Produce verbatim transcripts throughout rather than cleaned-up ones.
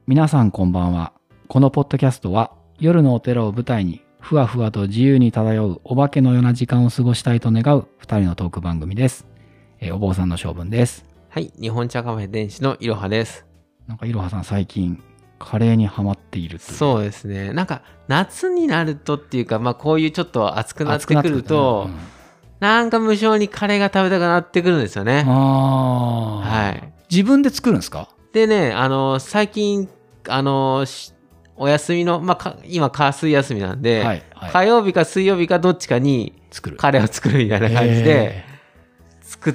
皆さんこんばんは。このポッドキャストは夜のお寺を舞台にふわふわと自由に漂うお化けのような時間を過ごしたいと願うふたりのトーク番組です。えー、お坊さんの性分です。 はい、日本茶カフェ店主のいろはです。 なんかいろはさん最近カレーにハマっているという。 そうですね。なんか夏になるとっていうか、まあこういうちょっと暑くなってくると、うん、なんか無性にカレーが食べたくなってくるんですよね。 ああ、はい。自分で作るんですか？ でね、あの最近あのお休みの、まあ、今火水休みなんで、はいはい、火曜日か水曜日かどっちかにカレーを作るみたいな感じで作って、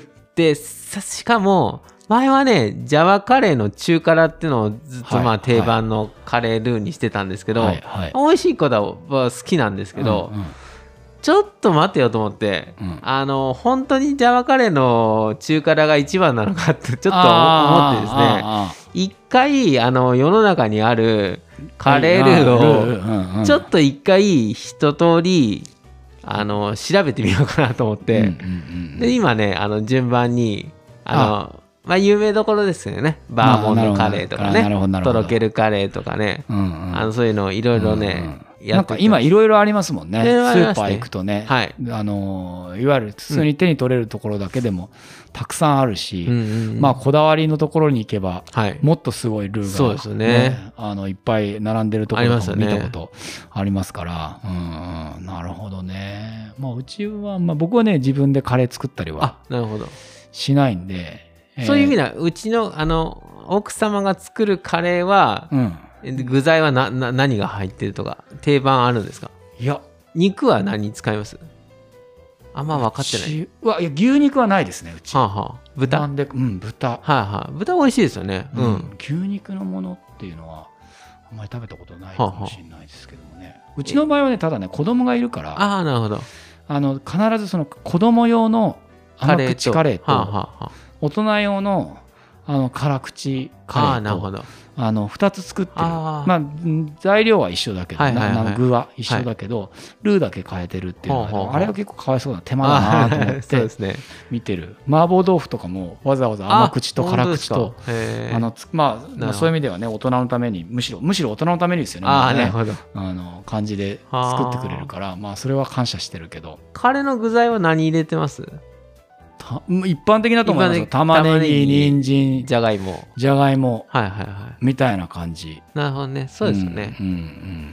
しかも前はねジャワカレーの中辛っていうのをずっとまあ定番のカレールーにしてたんですけど、はいはい、美味しいことは好きなんですけど、うんうん、ちょっと待ってよと思って、うん、あの本当にジャワカレーの中辛が一番なのかってちょっと思ってですね、一回あの世の中にあるカレールーをちょっと一回一通りあの調べてみようかなと思って、うんうんうん、で今ねあの順番にあのあまあ有名どころですよね。バーモントカレーとかね、とろけるカレーとかね、うんうん、あのそういうのいろいろね、うんうんなんか今いろいろありますもんね。スーパー行くとね、はい、あのいわゆる普通に手に取れるところだけでもたくさんあるし、うんうんうん、まあこだわりのところに行けば、はい、もっとすごいルーが、ね、そうですよね、あのいっぱい並んでるところとかも見たことありますから、うんうん、なるほどね。まあうちは、まあ、僕はね自分でカレー作ったりはしないんで、 そういう意味ではうちのあの奥様が作るカレーは、うん具材はなな何が入ってるとか定番あるんですか？ いや肉は何使います？あんま分かってない。 うわいや牛肉はないですねうち。 はあはあ、豚なんでうん豚。 はいはい、豚美味しいですよね。 うん、うん、牛肉のものっていうのはあんまり食べたことないかもしれないですけどもね。はあはあ、うちの場合はねただね子供がいるから。 ああなるほど。 あの必ずその子供用の甘口カレーと、はあはあ、大人用のあの辛口カレーと。あなるほど。あのふたつ作ってる。あ、まあ、材料は一緒だけど、はいはいはい、具は一緒だけど、はい、ルーだけ変えてるっていうのは、はい、あれは結構かわいそうな手間だなと思って見てる。麻婆豆腐とかもわざわざ甘口と辛口とあの、まあ、まあそういう意味ではね大人のためにむしろむしろ大人のためにですよね。あ、ね、なるほど。あの感じで作ってくれるからまあそれは感謝してるけど。 カレーの具材は何入れてます？ 一般的だと思いますよ。玉ねぎ、人参、 じゃがいも、 じゃがいも、 はいはいはい、 みたいな感じ。 なるほどね、そうですよね。うんうんうん、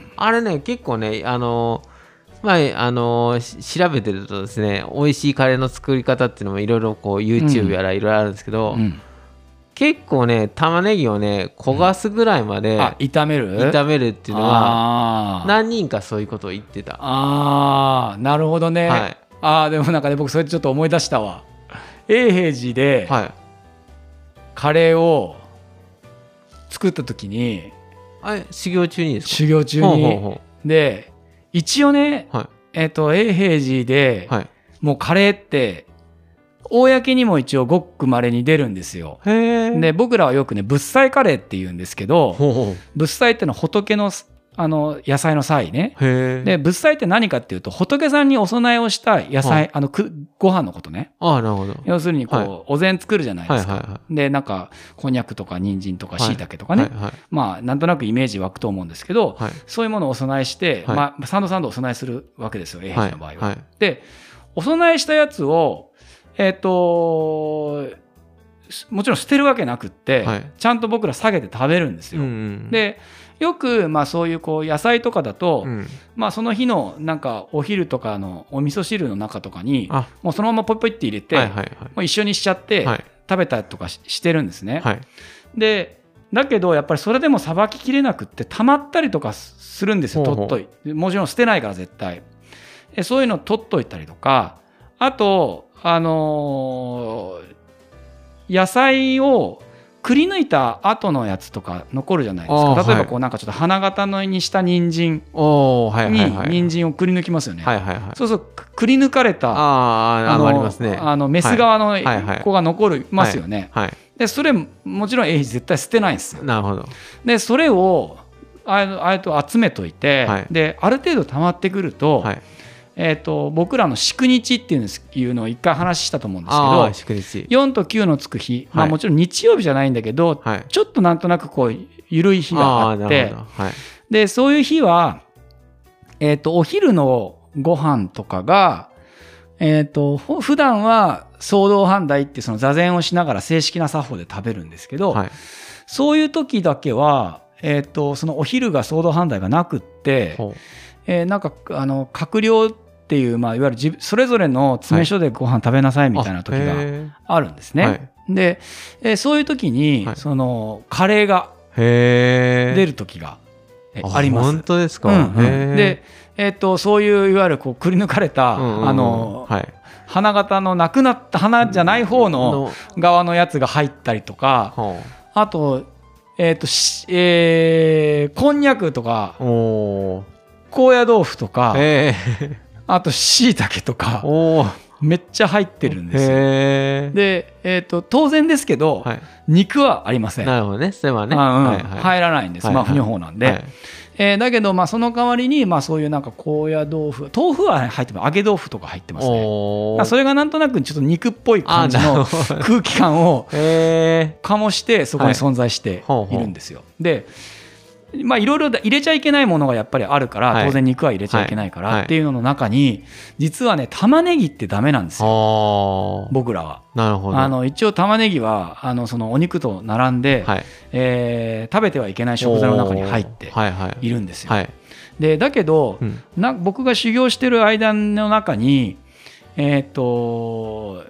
あれね結構ねあのまああの調べてるとですね美味しいカレーの作り方っていうのもいろいろこう YouTube やらいろいろあるんですけど、うんうん、結構ね玉ねぎをね焦がすぐらいまで、うん、 あ炒める炒めるっていうのは何人かそういうことを言ってた。 ああなるほどね。はい、あでもなんかね僕それちょっと思い出したわ。永平寺でカレーを作った時に、 はい、修行中にですか？ 修行中にほうほうほうで一応ね、はいえー、と永平寺で、はい、もうカレーって公にも一応ごく稀に出るんですよ。へで僕らはよくね仏祭カレーって言うんですけど、ほうほう仏祭ってのは仏のあの野菜の菜ね。で仏祭って何かっていうと仏さんにお供えをした野菜、はい、あのくご飯のことね。 ああなるほど。 要するにこう、はい、お膳作るじゃないですか。はいはいはい、でなんかこんにゃくとか人参とか椎茸とかね、はいはいはい、まあなんとなくイメージ湧くと思うんですけど、はい、そういうものをお供えして、はいまあ、サンドサンドお供えするわけですよ永平寺の場合は。はいはい、でお供えしたやつをえっ、ー、ともちろん捨てるわけなくって、はい、ちゃんと僕ら下げて食べるんですよ。うんうん、でよくまあそういうこう野菜とかだと、うんまあ、その日のなんかお昼とかのお味噌汁の中とかにもうそのままポイポイって入れて、はいはいはい、もう一緒にしちゃって食べたりとか し, してるんですね。はい、でだけどやっぱりそれでもさばききれなくって溜まったりとかするんですよ。取っといてもちろん捨てないから絶対でそういうの取っといたりとかあとあのー、野菜をくり抜いた後のやつとか残るじゃないですか。例えばこうなんかちょっと花形のにした人参に人参をくり抜きますよね。はいはいはい、そうそうくり抜かれたあのありますね。あのメス側の子が残りますよね。はいはいはい、でそれもちろん永平絶対捨てないんですよ。なるほど。でそれをあれと集めといて、はい、である程度溜まってくると、はいえー、と僕らの祝日っていうのを一回話したと思うんですけどよんときゅうのつく日、まあ、もちろん日曜日じゃないんだけど、はい、ちょっとなんとなくこう緩い日があって、はい、でそういう日は、えーと、お昼のご飯とかが、えーと、普段は僧道飯題ってその座禅をしながら正式な作法で食べるんですけど、はい、そういう時だけは、えーと、そのお昼が僧道飯題がなくって、えー、なんかあの閣僚っていう、まあ、いわゆる自それぞれの詰め所でご飯食べなさいみたいな時があるんですね。はい、で、えー、そういう時に、はい、そのカレーが出る時があります。 本当ですか。 うんうん、で、えー、とそういういわゆるこうくり抜かれた、うんうんうん、あの、はい、花形のなくなった花じゃない方の側のやつが入ったりとか、あと、えーとえー、こんにゃくとか高野豆腐とか、えー、あとしいたけとかめっちゃ入ってるんですよ。で、えー、と当然ですけど、はい、肉はありません。 なるほどね。それはね、うんはいはい、入らないんです、はいはい、まあ不女法なんで、はい、えー、だけどまあその代わりにまあそういうなんか高野豆腐豆腐は入ってます。揚げ豆腐とか入ってますね。それがなんとなくちょっと肉っぽい感じの空気感を醸してそこに存在しているんですよ。はい、でまあいろいろ入れちゃいけないものがやっぱりあるから当然肉は入れちゃいけないからっていうのの中に実はね玉ねぎってダメなんですよ、僕らは。 なるほど。 あの一応玉ねぎはあのそのお肉と並んで、はい、えー、食べてはいけない食材の中に入っているんですよ。はいはい、でだけど、うん、な僕が修行してる間の中にえっと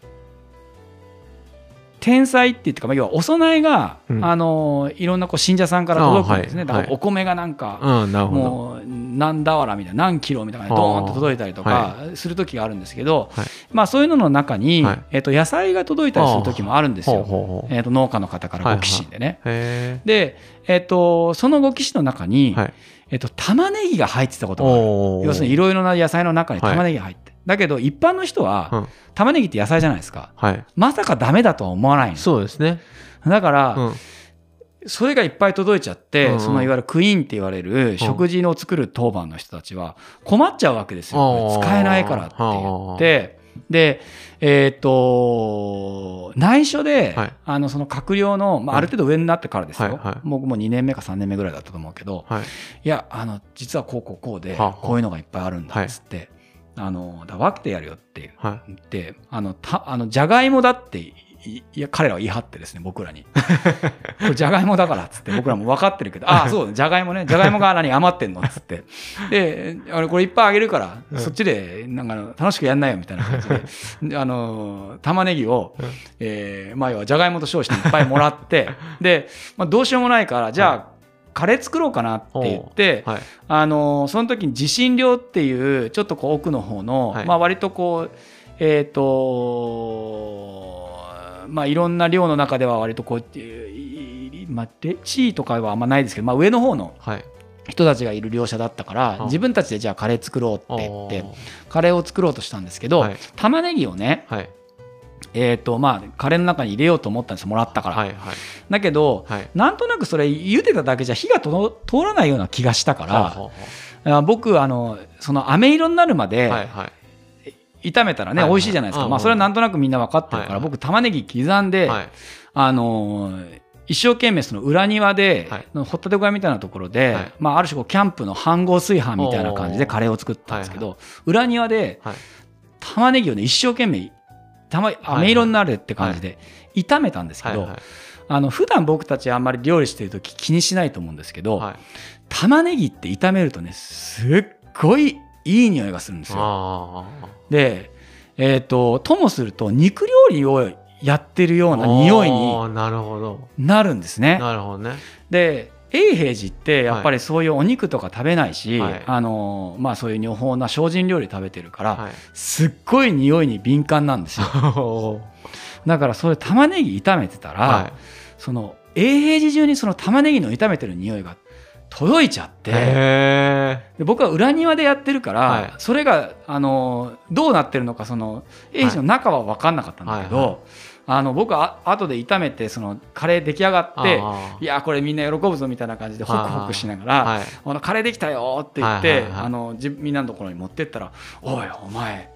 天祭って言ってか、まあ、要はお供えが、うん、あのいろんなこう信者さんから届くんですね。だからお米がなんか、はい、もう何俵みたいな何キロみたいなドーンと届いたりとかする時があるんですけど、はい、まあ、そういうのの中に、はい、えー、と野菜が届いたりする時もあるんですよ。えー、と農家の方からご寄進でね。はいはい、で、えー、とそのご寄進の中に、はい、えー、と玉ねぎが入ってたことがある。要するにいろいろな野菜の中に玉ねぎが入って、はい、だけど一般の人は、うん、玉ねぎって野菜じゃないですか、はい、まさかダメだとは思わないの。 そうですね。 だから、うん、それがいっぱい届いちゃって、うんうん、そのいわゆるクイーンって言われる食事の作る当番の人たちは困っちゃうわけですよ。使えないからって言って、で、えっと内緒で、はい、あのその閣僚の、まあ、ある程度上になってからですよ、はいはい、僕もにねんめかさんねんめぐらいだったと思うけど、はい、いやあの実はこうこうこうでこういうのがいっぱいあるんだっつって、はい、あのだ分けてやるよって言って、はい、あのたあのじゃがいもだっていや彼らは言い張ってですね、僕らにこれじゃがいもだからっつって、僕らも分かってるけどああそうじゃがいもね、じゃがいもが何余ってんのっつってであれこれいっぱいあげるから、うん、そっちでなんか楽しくやんないよみたいな感じであの玉ねぎを、うん、えー、まあ要はじゃがいもと称していっぱいもらってで、まあ、どうしようもないからじゃあ、はいカレー作ろうかなって言って、はい、あのその時に自信寮っていうちょっとこう奥の方の、はい、まあ、割とこうえっ、ー、とまあいろんな寮の中では割とこう、まあ、地位とかはあんまないですけど、まあ、上の方の人たちがいる寮舎だったから、はい、自分たちでじゃあカレー作ろうって言ってカレーを作ろうとしたんですけど、はい、玉ねぎをね、はい、えーとまあ、カレーの中に入れようと思ったんですよ、もらったから、はいはい、だけど、はい、なんとなくそれ茹でただけじゃ火が通らないような気がしたから、はあはあ、僕あのその飴色になるまで炒めたらね、はいはい、美味しいじゃないですか、はいはい、まあ、それはなんとなくみんな分かってるから、はいはい、僕玉ねぎ刻んで、はい、あの一生懸命その裏庭で、はい、の掘ったて小屋みたいなところで、はい、まあ、ある種こうキャンプの飯盒炊飯みたいな感じでカレーを作ったんですけど、はいはい、裏庭で玉ねぎをね一生懸命飴色になるって感じで炒めたんですけど、はいはい、あの普段僕たちあんまり料理してるとき気にしないと思うんですけど、はい、玉ねぎって炒めるとねすっごいいい匂いがするんですよ。で、えーと、ともすると肉料理をやってるような匂いになるんですね。 なるほどね。 で永平寺ってやっぱりそういうお肉とか食べないし、はい、あのまあ、そういう女法な精進料理食べてるから、はい、すっごい匂いに敏感なんですよだからそれ玉ねぎ炒めてたら、はい、その永平寺中にその玉ねぎの炒めてる匂いが届いちゃって、で僕は裏庭でやってるから、はい、それがあのどうなってるのかその永平寺の中は分かんなかったんだけど、はいはいはい、あの僕は後で炒めてそのカレー出来上がっていやこれみんな喜ぶぞみたいな感じでホクホクしながら、はい、あのカレーできたよって言って、はいはいはい、あのみんなのところに持ってったら、おいお前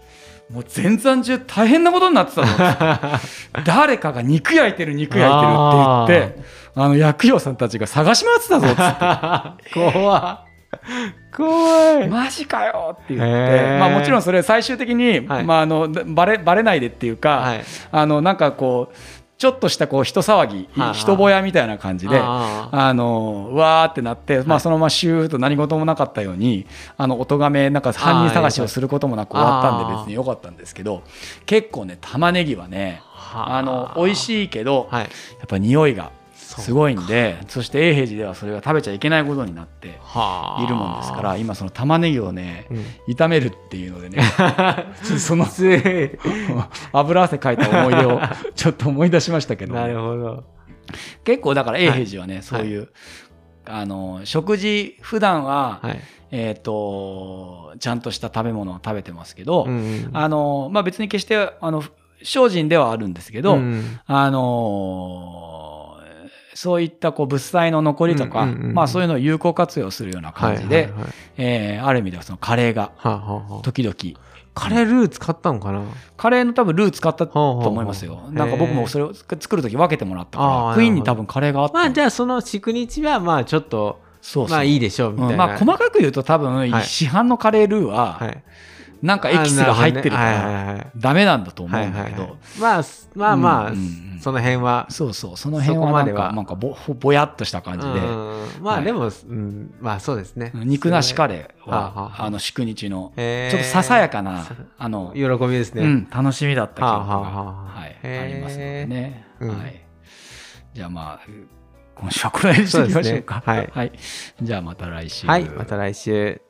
もう前山中大変なことになってたぞ誰かが肉焼いてる肉焼いてるって言ってあの薬用さんたちが探し回ってたぞっつって怖怖いマジかよって言って、まあ、もちろんそれ最終的に、はいまあ、あのバレバレないでっていうか、はい、あのなんかこうちょっとしたこう人騒ぎ、はあ、人ぼやみたいな感じで、ああのうわーってなって、まあ、そのままシューッと何事もなかったようにあのお咎めなんか犯人探しをすることもなく終わったんで別に良かったんですけど、結構ね玉ねぎはねあの美味しいけど、はい、やっぱ匂いがすごいんで、そして永平寺ではそれが食べちゃいけないことになっているもんですから、今その玉ねぎをね、うん、炒めるっていうのでねその油汗かいた思い出をちょっと思い出しましたけど、ね、 なるほど。 結構だから永平寺はね、はい、そういう、はい、あの食事普段は、はいえー、とちゃんとした食べ物を食べてますけど、うんうんあのまあ、別に決してあの精進ではあるんですけど、うん、あのそういったこう物材の残りとか、うんうんうんまあ、そういうのを有効活用するような感じで、はいはいはいえー、ある意味ではそのカレーが時々、はあはあ、 カレールー使ったのかな。 カレーの多分ルー使ったと思いますよ。はあはあ、なんか僕もそれを作るとき分けてもらったからクイーンに多分カレーがあった。 まあじゃあそのしくにちはまあちょっとそうそうまあいいでしょうみたいな、うんまあ、細かく言うと多分、はい、市販のカレールーは、はいなんかエキスが入ってるからダメなんだと思うんだけど、 まあまあまあ、うんうんうん、その辺はそうそうその辺はなんかなんか ぼ, ぼやっとした感じで、 まあでも、はいうん、まあそうですね。 肉なしカレーは、はあはあ、あの祝日のちょっとささやかなあの喜びですね、 うん、楽しみだった記憶が、はあはあはい、ありますのでね、うんはい、じゃあまあ今週はこれにしていきましょうか。 う、ねはいはい、じゃあまた来週。 はいまた来週。